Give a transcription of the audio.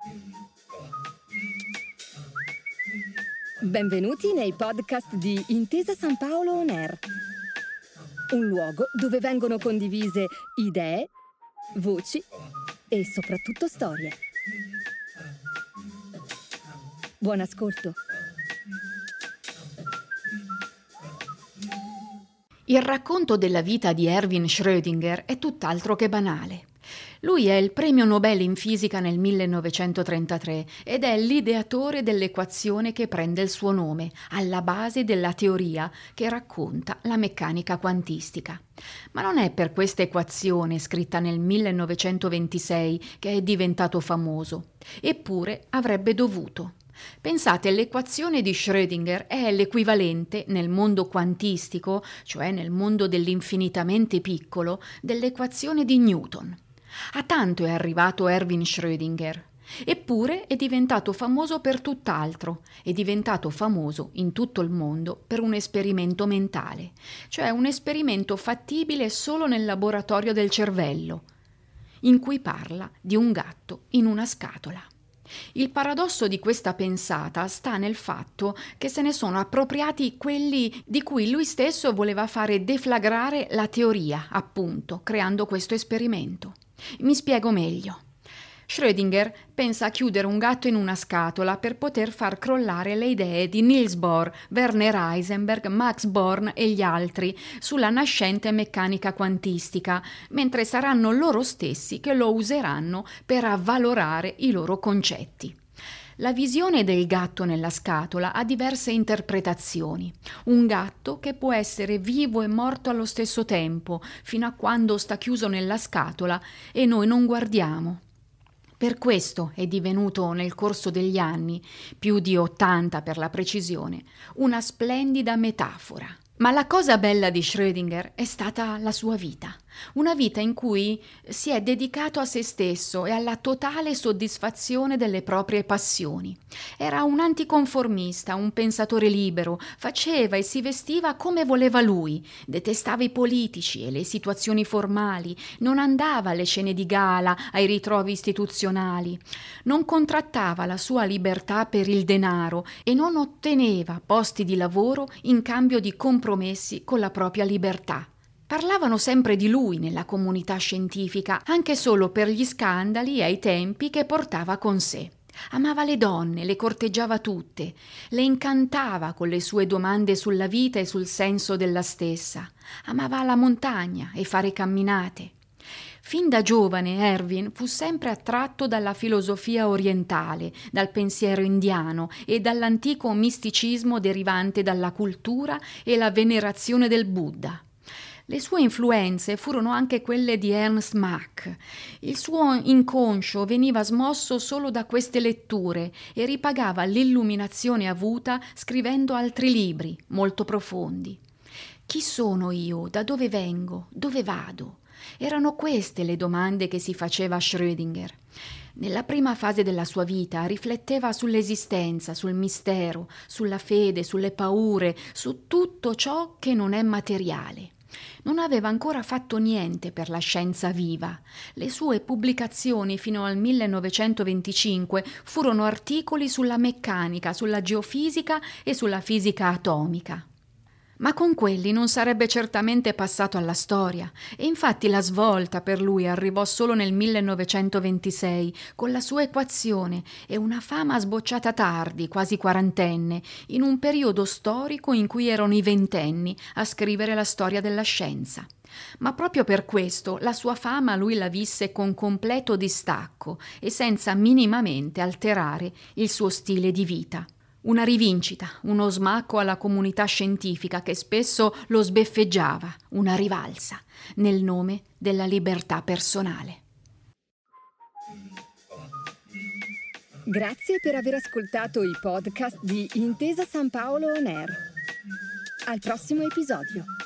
Benvenuti nei podcast di Intesa San Paolo On Air, un luogo dove vengono condivise idee, voci e soprattutto storie. Buon ascolto. Il racconto della vita di Erwin Schrödinger è tutt'altro che banale. Lui è il premio Nobel in fisica nel 1933 ed è l'ideatore dell'equazione che prende il suo nome, alla base della teoria che racconta la meccanica quantistica. Ma non è per questa equazione, scritta nel 1926, che è diventato famoso. Eppure avrebbe dovuto. Pensate, l'equazione di Schrödinger è l'equivalente nel mondo quantistico, cioè nel mondo dell'infinitamente piccolo, dell'equazione di Newton. A tanto è arrivato Erwin Schrödinger. Eppure è diventato famoso per tutt'altro, è diventato famoso in tutto il mondo per un esperimento mentale, cioè un esperimento fattibile solo nel laboratorio del cervello, in cui parla di un gatto in una scatola. Il paradosso di questa pensata sta nel fatto che se ne sono appropriati quelli di cui lui stesso voleva fare deflagrare la teoria, appunto, creando questo esperimento. Mi spiego meglio. Schrödinger pensa a chiudere un gatto in una scatola per poter far crollare le idee di Niels Bohr, Werner Heisenberg, Max Born e gli altri sulla nascente meccanica quantistica, mentre saranno loro stessi che lo useranno per avvalorare i loro concetti. La visione del gatto nella scatola ha diverse interpretazioni. Un gatto che può essere vivo e morto allo stesso tempo, fino a quando sta chiuso nella scatola e noi non guardiamo. Per questo è divenuto nel corso degli anni, più di 80 per la precisione, una splendida metafora. Ma la cosa bella di Schrödinger è stata la sua vita, una vita in cui si è dedicato a se stesso e alla totale soddisfazione delle proprie passioni. Era un anticonformista, un pensatore libero, faceva e si vestiva come voleva lui, detestava i politici e le situazioni formali, non andava alle scene di gala, ai ritrovi istituzionali, non contrattava la sua libertà per il denaro e non otteneva posti di lavoro in cambio di compromessi con la propria libertà. Parlavano sempre di lui nella comunità scientifica, anche solo per gli scandali ai tempi che portava con sé. Amava le donne, le corteggiava tutte, le incantava con le sue domande sulla vita e sul senso della stessa. Amava la montagna e fare camminate. Fin da giovane Erwin fu sempre attratto dalla filosofia orientale, dal pensiero indiano e dall'antico misticismo derivante dalla cultura e la venerazione del Buddha. Le sue influenze furono anche quelle di Ernst Mach. Il suo inconscio veniva smosso solo da queste letture e ripagava l'illuminazione avuta scrivendo altri libri molto profondi. Chi sono io? Da dove vengo? Dove vado? Erano queste le domande che si faceva Schrödinger. Nella prima fase della sua vita rifletteva sull'esistenza, sul mistero, sulla fede, sulle paure, su tutto ciò che non è materiale. Non aveva ancora fatto niente per la scienza viva. Le sue pubblicazioni fino al 1925 furono articoli sulla meccanica, sulla geofisica e sulla fisica atomica. Ma con quelli non sarebbe certamente passato alla storia, e infatti la svolta per lui arrivò solo nel 1926 con la sua equazione e una fama sbocciata tardi, quasi quarantenne, in un periodo storico in cui erano i ventenni a scrivere la storia della scienza. Ma proprio per questo la sua fama lui la visse con completo distacco e senza minimamente alterare il suo stile di vita. Una rivincita, uno smacco alla comunità scientifica che spesso lo sbeffeggiava, una rivalsa, nel nome della libertà personale. Grazie per aver ascoltato i podcast di Intesa San Paolo On Air. Al prossimo episodio.